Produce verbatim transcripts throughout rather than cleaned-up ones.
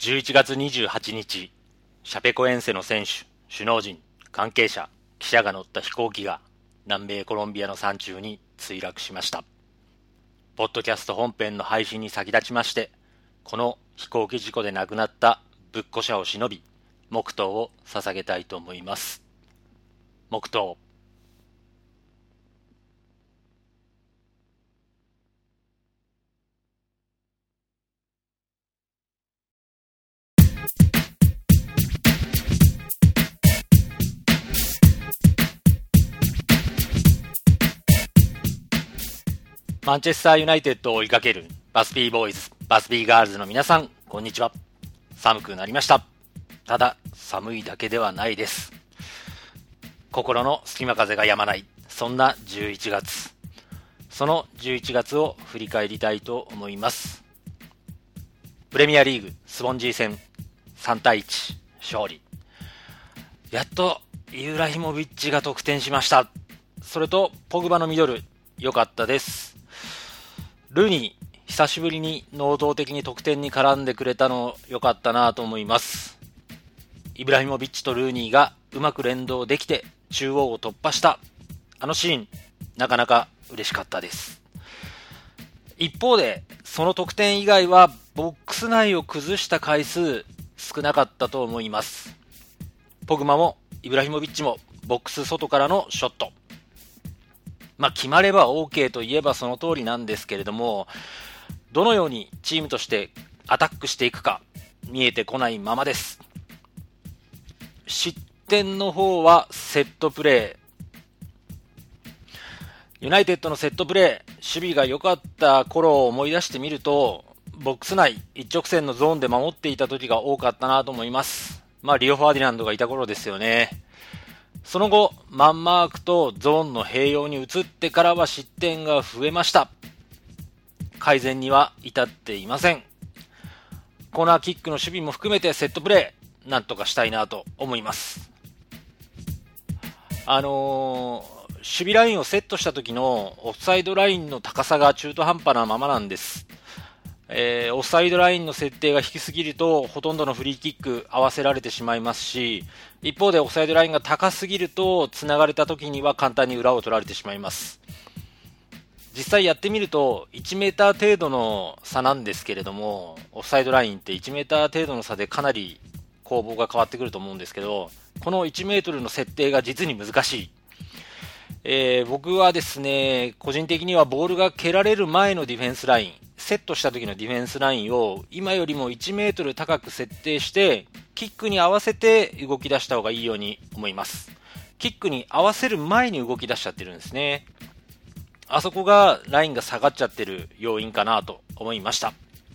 じゅういちがつにじゅうはちにち、シャペコ遠征の選手、首脳陣、関係者、記者が乗った飛行機が南米コロンビアの山中に墜落しました。ポッドキャスト本編の配信に先立ちまして、この飛行機事故で亡くなった仏庫者を偲び、黙祷を捧げたいと思います。黙祷。マンチェスターユナイテッドを追いかけるバスビーボーイズ、バスビーガールズの皆さん、こんにちは。寒くなりました。ただ、寒いだけではないです。心の隙間風が止まない、そんなじゅういちがつ。そのじゅういちがつを振り返りたいと思います。プレミアリーグ、スボンジー戦、さんたいいち、勝利。やっと、ユーラヒモビッチが得点しました。それと、ポグバのミドル、良かったです。ルーニー、久しぶりに能動的に得点に絡んでくれたの良かったなと思います。イブラヒモビッチとルーニーがうまく連動できて中央を突破したあのシーン、なかなか嬉しかったです。一方でその得点以外はボックス内を崩した回数少なかったと思います。ポグマもイブラヒモビッチもボックス外からのショット、まあ決まれば OK といえばその通りなんですけれども、どのようにチームとしてアタックしていくか見えてこないままです。失点の方はセットプレー。ユナイテッドのセットプレー、守備が良かった頃を思い出してみると、ボックス内一直線のゾーンで守っていた時が多かったなと思います。まあリオ・ファーディナンドがいた頃ですよね。その後、マンマークとゾーンの併用に移ってからは失点が増えました。改善には至っていません。コーナーキックの守備も含めてセットプレー、なんとかしたいなと思います。あのー、守備ラインをセットした時のオフサイドラインの高さが中途半端なままなんです。えー、オフサイドラインの設定が低すぎるとほとんどのフリーキック合わせられてしまいますし、一方でオフサイドラインが高すぎると繋がれた時には簡単に裏を取られてしまいます。実際やってみるといちメーター程度の差なんですけれども、オフサイドラインっていちメーター程度の差でかなり攻防が変わってくると思うんですけど、このいちメートルの設定が実に難しい。えー、僕はですね、個人的にはボールが蹴られる前のディフェンスライン、セットした時のディフェンスラインを今よりもいちメートル高く設定してキックに合わせて動き出した方がいいように思います。キックに合わせる前に動き出しちゃってるんですね。あそこがラインが下がっちゃってる要因かなと思いました。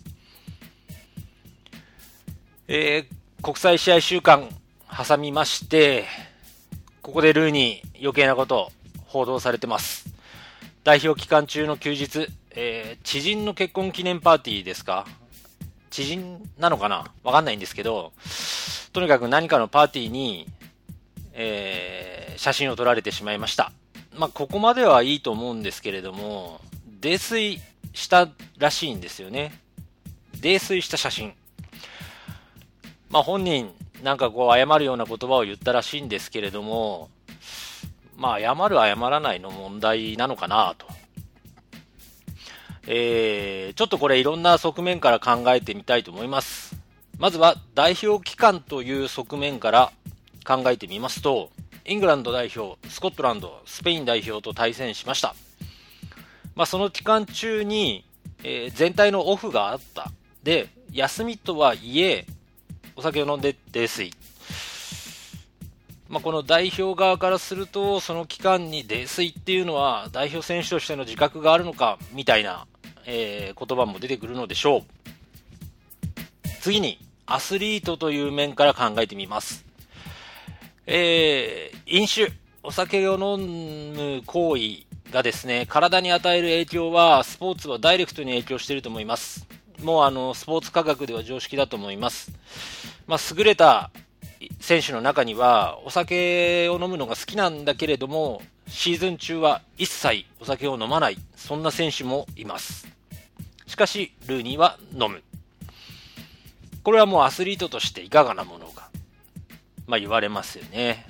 えー、国際試合週間挟みまして、ここでルーに余計なこと報道されてます。代表期間中の休日、えー、知人の結婚記念パーティーですか、知人なのかな、わかんないんですけど、とにかく何かのパーティーに、えー、写真を撮られてしまいました。まあここまではいいと思うんですけれども、泥酔したらしいんですよね。泥酔した写真。まあ本人なんかこう謝るような言葉を言ったらしいんですけれども、まあ謝る謝らないの問題なのかなと。えー、ちょっとこれいろんな側面から考えてみたいと思います。まずは代表期間という側面から考えてみますと、イングランド代表、スコットランド、スペイン代表と対戦しました。まあその期間中に、えー、全体のオフがあった。で、休みとはいえ、お酒を飲んで泥酔。まあ、この代表側からすると、その期間に泥酔っていうのは代表選手としての自覚があるのかみたいな、えー、言葉も出てくるのでしょう。次にアスリートという面から考えてみます。えー、飲酒、お酒を飲む行為がですね、体に与える影響はスポーツはダイレクトに影響していると思います。もうあのスポーツ科学では常識だと思います。まあ、優れた選手の中にはお酒を飲むのが好きなんだけれどもシーズン中は一切お酒を飲まない、そんな選手もいます。しかしルーニーは飲む。 これはもうアスリートとしていかがなものか、まあ言われますよね。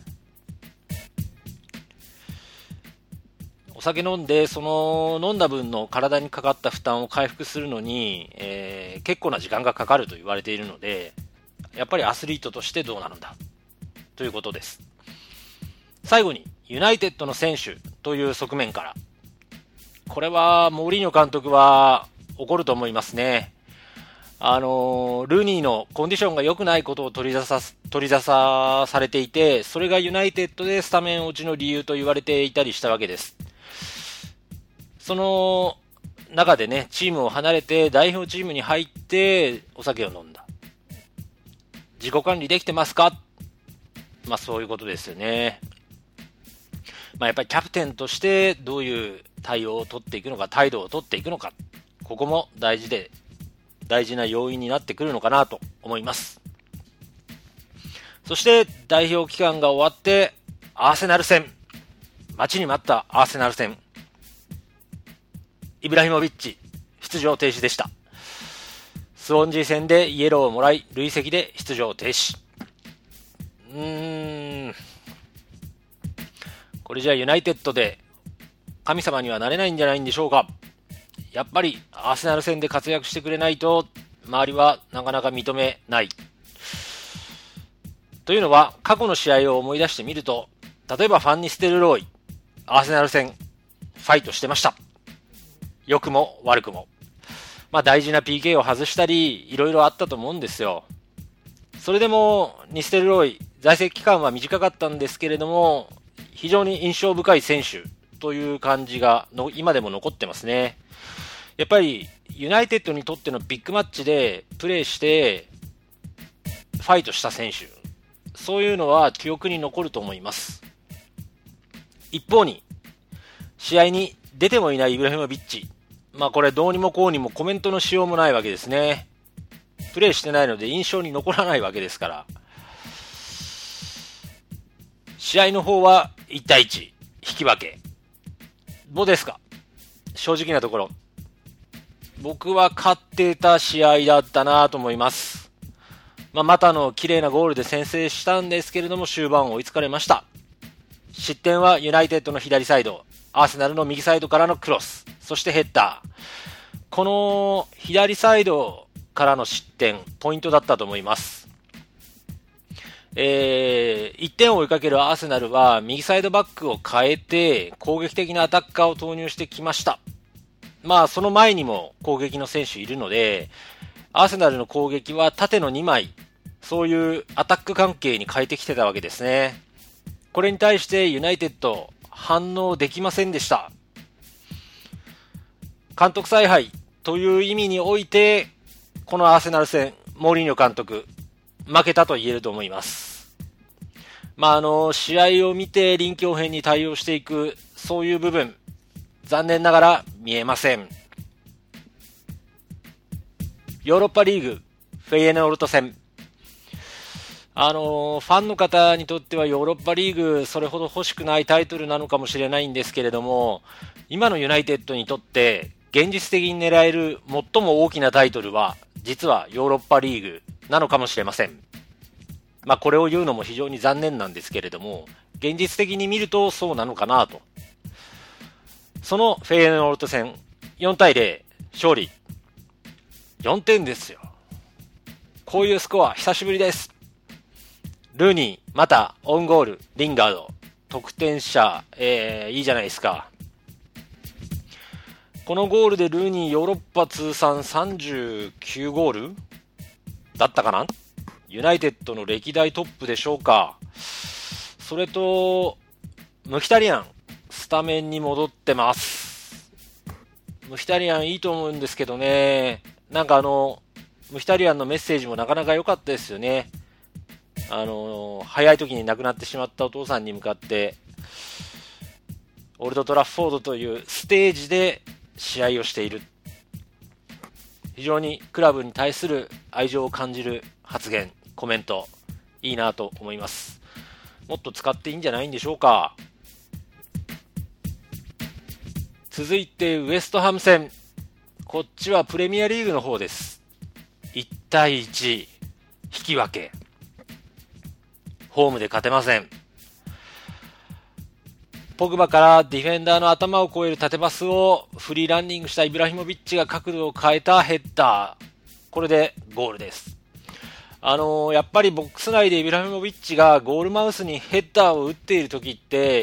お酒飲んで、その飲んだ分の体にかかった負担を回復するのに、えー、結構な時間がかかると言われているので、やっぱりアスリートとしてどうなるんだということです。最後にユナイテッドの選手という側面から、これはモーリーニョ監督は怒ると思いますね。あのー、ルーニーのコンディションが良くないことを取り出さ取り出さされていて、それがユナイテッドでスタメン落ちの理由と言われていたりしたわけです。その中でね、チームを離れて代表チームに入ってお酒を飲んだ。自己管理できてますか？まあそういうことですよね。まあやっぱりキャプテンとしてどういう対応を取っていくのか、態度を取っていくのか、ここも大事で大事な要因になってくるのかなと思います。そして代表期間が終わってアーセナル戦、待ちに待ったアーセナル戦、イブラヒモビッチ出場停止でした。スウォンジー戦でイエローをもらい累積で出場停止。うーんこれじゃあユナイテッドで神様にはなれないんじゃないんでしょうか。やっぱりアーセナル戦で活躍してくれないと周りはなかなか認めないというのは、過去の試合を思い出してみると、例えばファンニステルローイアーセナル戦ファイトしてました。良くも悪くも、まあ大事な ピーケー を外したりいろいろあったと思うんですよ。それでもニステルローイ在籍期間は短かったんですけれども、非常に印象深い選手という感じがの今でも残ってますね。やっぱりユナイテッドにとってのビッグマッチでプレーしてファイトした選手、そういうのは記憶に残ると思います。一方に試合に出てもいないイブラヒモビッチ、まあこれどうにもこうにもコメントのしようもないわけですね。プレーしてないので印象に残らないわけですから。試合の方はいちたいいち引き分け、どうですか？正直なところ僕は勝ってた試合だったなと思います。まあ、またの綺麗なゴールで先制したんですけれども終盤追いつかれました。失点はユナイテッドの左サイド、アーセナルの右サイドからのクロス、そしてヘッダー。この左サイドからの失点ポイントだったと思います。えー、いってんを追いかけるアーセナルは右サイドバックを変えて攻撃的なアタッカーを投入してきました。まあその前にも攻撃の選手いるので、アーセナルの攻撃は縦のにまい、そういうアタック関係に変えてきてたわけですね。これに対してユナイテッド反応できませんでした。監督采配という意味において、このアーセナル戦モーリーニョ監督負けたと言えると思います。まああの試合を見て臨機応変に対応していく、そういう部分残念ながら見えません。ヨーロッパリーグフェイエノールト戦、あのファンの方にとってはヨーロッパリーグそれほど欲しくないタイトルなのかもしれないんですけれども、今のユナイテッドにとって現実的に狙える最も大きなタイトルは実はヨーロッパリーグなのかもしれません。まあこれを言うのも非常に残念なんですけれども、現実的に見るとそうなのかなと。そのフェイエノールト戦よんたいゼロ勝利、よんてんですよ。こういうスコア久しぶりです。ルーニーまたオウンゴール、リンガード得点者、えー、いいじゃないですか。このゴールでルーニーヨーロッパ通算さんじゅうきゅうゴールだったかな。ユナイテッドの歴代トップでしょうか。それとムヒタリアンスタメンに戻ってます。ムヒタリアンいいと思うんですけどね、なんかあのムヒタリアンのメッセージもなかなか良かったですよね。あの早い時に亡くなってしまったお父さんに向かってオールドトラッフォードというステージで試合をしている、非常にクラブに対する愛情を感じる発言、コメント、いいなと思います。もっと使っていいんじゃないんでしょうか。続いてウエストハム戦、こっちはプレミアリーグの方です。いちたいいち、 引き分け。ホームで勝てません。ポグバからディフェンダーの頭を越える縦パスをフリーランニングしたイブラヒモビッチが角度を変えたヘッダー。これでゴールです。あのー、やっぱりボックス内でイブラヒモビッチがゴールマウスにヘッダーを打っている時って、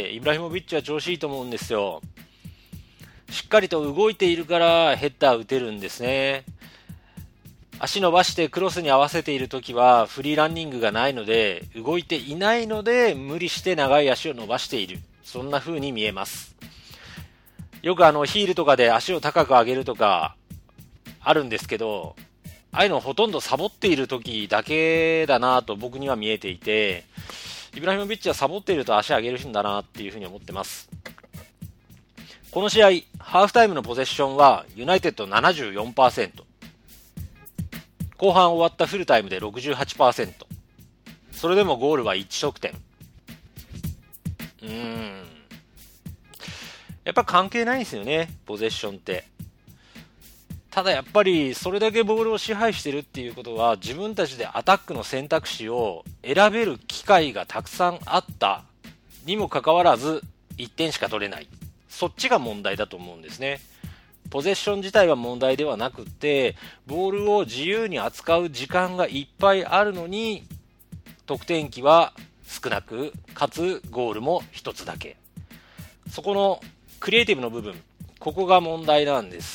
イブラヒモビッチは調子いいと思うんですよ。しっかりと動いているからヘッダー打てるんですね。足伸ばしてクロスに合わせているときはフリーランニングがないので、動いていないので無理して長い足を伸ばしている。そんな風に見えます。よくあのヒールとかで足を高く上げるとかあるんですけど、ああいうのほとんどサボっているときだけだなと僕には見えていて、イブラヒモビッチはサボっていると足上げるんだなっていう風に思ってます。この試合、ハーフタイムのポゼッションはユナイテッド ななじゅうよんパーセント。後半終わったフルタイムで ろくじゅうはちパーセント。それでもゴールはいち得点。うーん。やっぱ関係ないんですよね、ポゼッションって。ただやっぱりそれだけボールを支配してるっていうことは、自分たちでアタックの選択肢を選べる機会がたくさんあったにもかかわらずいってんしか取れない。そっちが問題だと思うんですね。ポゼッション自体は問題ではなくって、ボールを自由に扱う時間がいっぱいあるのに得点機は少なく、かつゴールも一つだけ。そこのクリエイティブの部分、ここが問題なんです。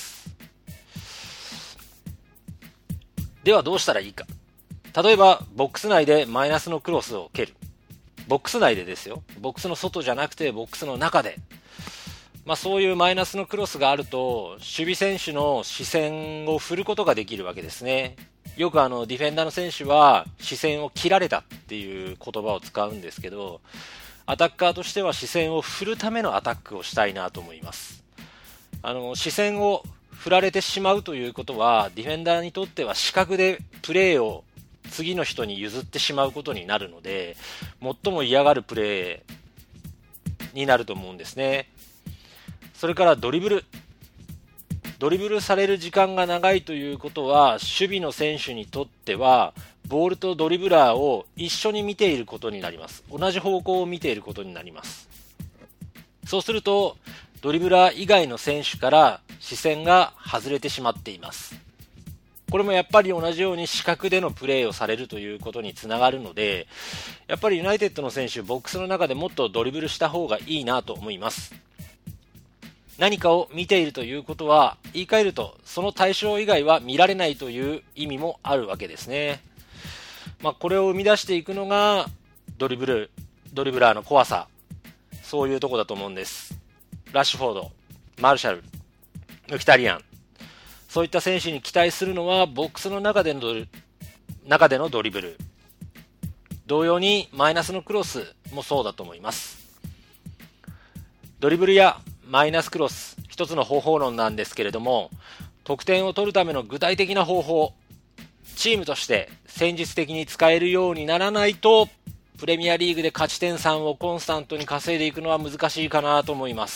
ではどうしたらいいか。例えばボックス内でマイナスのクロスを蹴る。ボックス内でですよ。ボックスの外じゃなくてボックスの中で。まあ、そういうマイナスのクロスがあると守備選手の視線を振ることができるわけですね。よくあのディフェンダーの選手は視線を切られたっていう言葉を使うんですけど、アタッカーとしては視線を振るためのアタックをしたいなと思います。あの視線を振られてしまうということはディフェンダーにとっては視覚でプレーを次の人に譲ってしまうことになるので、最も嫌がるプレーになると思うんですね。それからドリブル。ドリブルされる時間が長いということは、守備の選手にとっては、ボールとドリブラーを一緒に見ていることになります。同じ方向を見ていることになります。そうすると、ドリブラー以外の選手から視線が外れてしまっています。これもやっぱり同じように視覚でのプレーをされるということにつながるので、やっぱりユナイテッドの選手、ボックスの中でもっとドリブルした方がいいなと思います。何かを見ているということは、言い換えるとその対象以外は見られないという意味もあるわけですね。まあ、これを生み出していくのがドリブル、ドリブラーの怖さ、そういうとこだと思うんです。ラッシュフォード、マルシャル、ムキタリアン、そういった選手に期待するのはボックスの中でのドリ、中でのドリブル。同様にマイナスのクロスもそうだと思います。ドリブルやマイナスクロス、一つの方法論なんですけれども、得点を取るための具体的な方法、チームとして戦術的に使えるようにならないと、プレミアリーグで勝ち点さんをコンスタントに稼いでいくのは難しいかなと思います。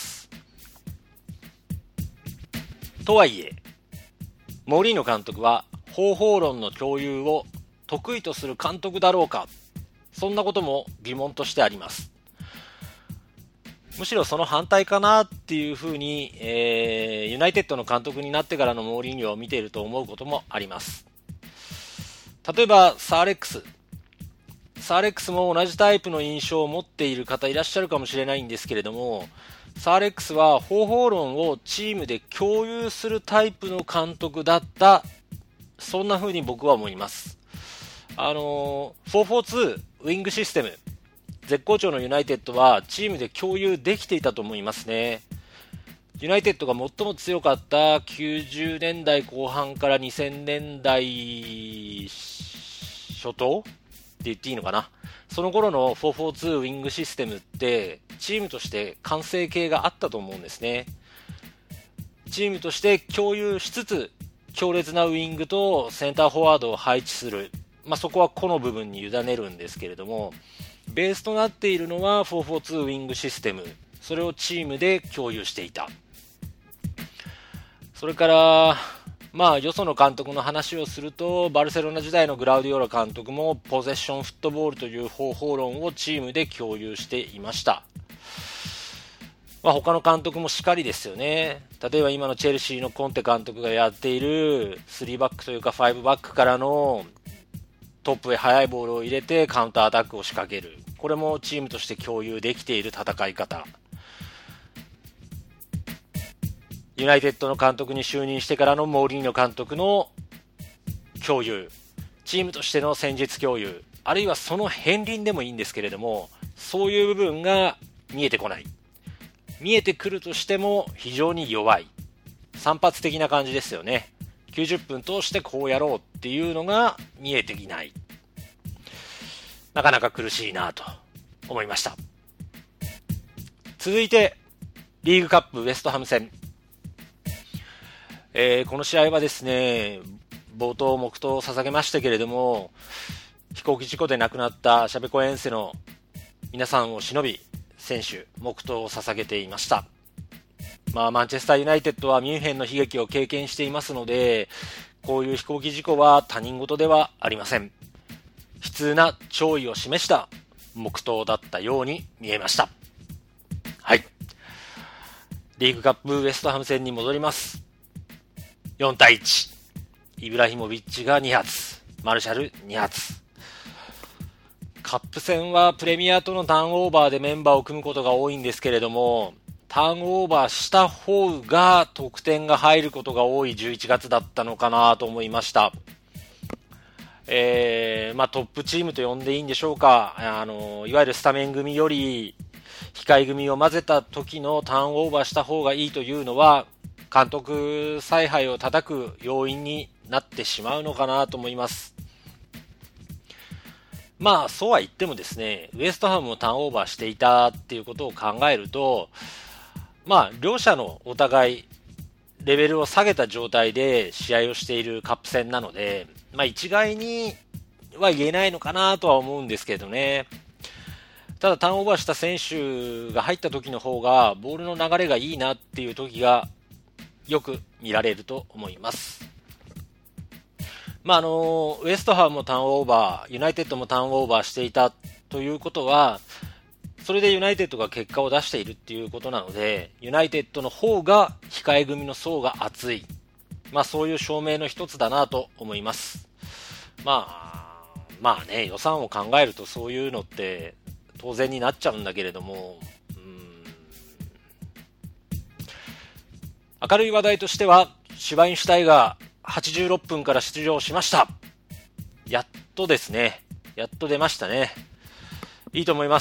とはいえ、モーリーノ監督は方法論の共有を得意とする監督だろうか、そんなことも疑問としてあります。むしろその反対かなっていうふうに、えー、ユナイテッドの監督になってからのモーリーニョを見ていると思うこともあります。例えばサーレックス。サーレックスも同じタイプの印象を持っている方いらっしゃるかもしれないんですけれども、サーレックスは方法論をチームで共有するタイプの監督だった。そんなふうに僕は思います。あのー、フォーフォーツー ウィングシステム。絶好調のユナイテッドはチームで共有できていたと思いますね。ユナイテッドが最も強かったきゅうじゅうねんだいこう半からにせんねんだい初頭って言っていいのかな。その頃の フォーフォーツー ウィングシステムってチームとして完成形があったと思うんですね。チームとして共有しつつ強烈なウィングとセンターフォワードを配置する、まあ、そこは個の部分に委ねるんですけれども、ベースとなっているのは フォーフォーツー ウィングシステム。それをチームで共有していた。それからまあよその監督の話をすると、バルセロナ時代のグラウディオラ監督もポゼッションフットボールという方法論をチームで共有していました。まあ、他の監督もしかりですよね。例えば今のチェルシーのコンテ監督がやっているスリーバックというかファイブバックからのトップへ速いボールを入れてカウンターアタックを仕掛ける。これもチームとして共有できている戦い方。ユナイテッドの監督に就任してからのモーリーノ監督の共有。チームとしての戦術共有。あるいはその片鱗でもいいんですけれども、そういう部分が見えてこない。見えてくるとしても非常に弱い。散発的な感じですよね。きゅうじゅっぷん通してこうやろうっていうのが見えていない。なかなか苦しいなと思いました。続いてリーグカップウェストハム戦、えー、この試合はですね、冒頭黙祷を捧げましたけれども、飛行機事故で亡くなったシャベコエンセの皆さんを偲び選手黙祷を捧げていました。まあ、マンチェスターユナイテッドはミュンヘンの悲劇を経験していますので、こういう飛行機事故は他人事ではありません。悲痛な弔意を示した黙祷だったように見えました。はい。リーグカップウェストハム戦に戻ります。よんたいいち。イブラヒモビッチがに発、マルシャルに発。カップ戦はプレミアとのターンオーバーでメンバーを組むことが多いんですけれども、ターンオーバーした方が得点が入ることが多いじゅういちがつだったのかなと思いました。えー、まあトップチームと呼んでいいんでしょうか。あの、いわゆるスタメン組より控え組を混ぜた時のターンオーバーした方がいいというのは、監督采配を叩く要因になってしまうのかなと思います。まあそうは言ってもですね、ウエストハムもターンオーバーしていたっていうことを考えると、まあ両者のお互いレベルを下げた状態で試合をしているカップ戦なので、まあ一概には言えないのかなとは思うんですけどね。ただターンオーバーした選手が入った時の方がボールの流れがいいなっていう時がよく見られると思います。まああのウエストハムもターンオーバー、ユナイテッドもターンオーバーしていたということは、それでユナイテッドが結果を出しているっていうことなので、ユナイテッドの方が控え組の層が厚い、まあそういう証明の一つだなと思います。まあまあね、予算を考えるとそういうのって当然になっちゃうんだけれども、うーん、明るい話題としてはシュバインシュタイガーはちじゅうろっぷんから出場しました。やっとですね。やっと出ましたね。いいと思います。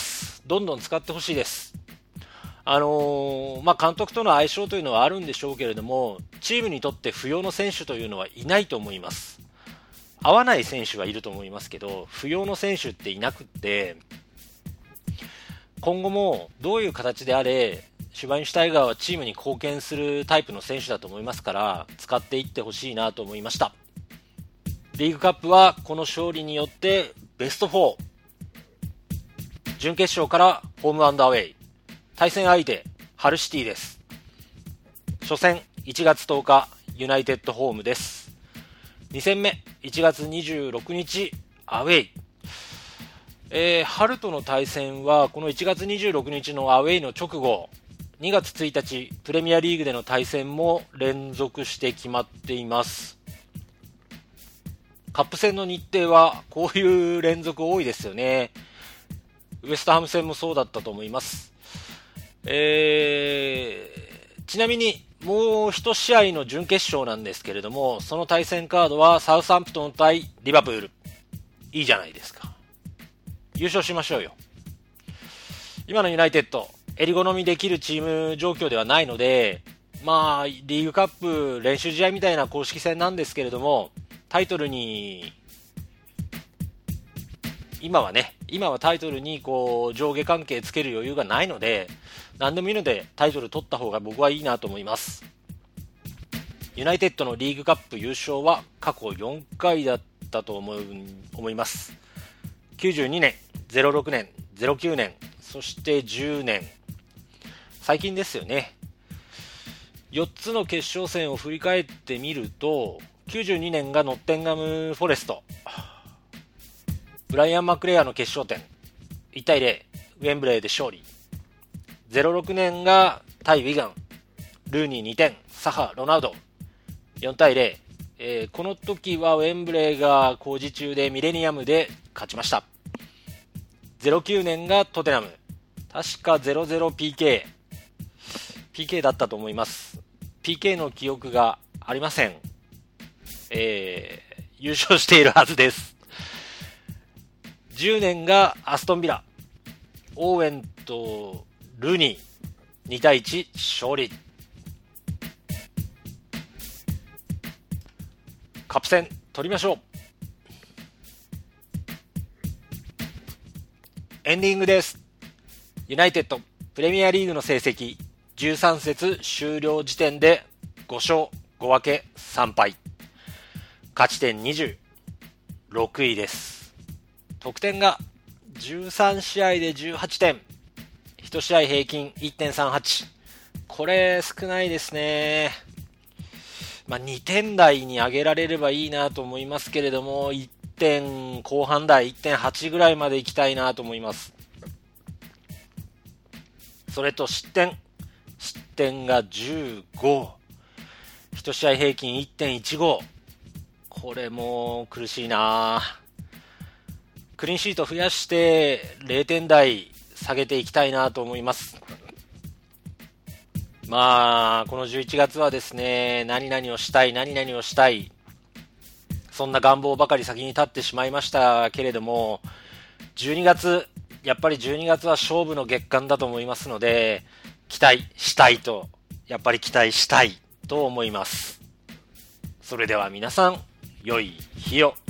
どんどん使ってほしいです。あのー、まあ、監督との相性というのはあるんでしょうけれども、チームにとって不要の選手というのはいないと思います。合わない選手はいると思いますけど、不要の選手っていなくって、今後もどういう形であれ、シュバインシュタイガーはチームに貢献するタイプの選手だと思いますから、使っていってほしいなと思いました。リーグカップはこの勝利によってベストフォー、準決勝からホームアンダーウェイ、対戦相手ハルシティです。初戦いちがつとおかユナイテッドホームです。に戦目いちがつにじゅうろくにちアウェイ、えー、ハルとの対戦はこのいちがつにじゅうろくにちのアウェイの直後、にがつついたちプレミアリーグでの対戦も連続して決まっています。カップ戦の日程はこういう連続多いですよね。ウエストハム戦もそうだったと思います。えー、ちなみにもう一試合の準決勝なんですけれども、その対戦カードはサウサンプトン対リバプール。いいじゃないですか。優勝しましょうよ。今のユナイテッド襟好みできるチーム状況ではないので、まあリーグカップ練習試合みたいな公式戦なんですけれども、タイトルに今はね今はタイトルにこう上下関係つける余裕がないので、何でもいいのでタイトル取った方が僕はいいなと思います。ユナイテッドのリーグカップ優勝は過去よんかいだったと思う思います。きゅうじゅうにねん、ゼロろくねん、ゼロきゅうねん、そしてじゅうねん、最近ですよね。 よっつの決勝戦を振り返ってみると、きゅうじゅうにねんがノッテンガム・フォレスト、ブライアン・マクレアの決勝点いちたいゼロ、ウェンブレーで勝利。ゼロろくねんが対ウィガン、ルーニーにてん、サハ、ロナウドよんたいゼロ、えー、この時はウェンブレーが工事中でミレニアムで勝ちました。ゼロきゅうねんがトテナム、確か ゼロゼロピーケー ピーケー だったと思います。 ピーケー の記憶がありません。えー、優勝しているはずです。じゅうねんがアストンビラ、オーウェンとルーニーにたいいち勝利。カップ戦取りましょう。エンディングです。ユナイテッドプレミアリーグの成績、じゅうさん節終了時点でご勝ご分けさん敗、勝ち点にじゅう、ろくいです。得点がじゅうさん試合でじゅうはちてん、いち試合平均 いってんさんはち、これ少ないですね。まあ、にてん台に上げられればいいなと思いますけれども、いってん後半台 いってんはち ぐらいまで行きたいなと思います。それと失点失点がじゅうご、いち試合平均 いってんいちご、これも苦しいな。クリーンシート増やしてれいてん台下げていきたいなと思います。まあこのじゅういちがつはですね、何々をしたい何々をしたい、そんな願望ばかり先に立ってしまいましたけれども、じゅうにがつ、やっぱりじゅうにがつは勝負の月間だと思いますので、期待したいと、やっぱり期待したいと思います。それでは皆さん、良い日を。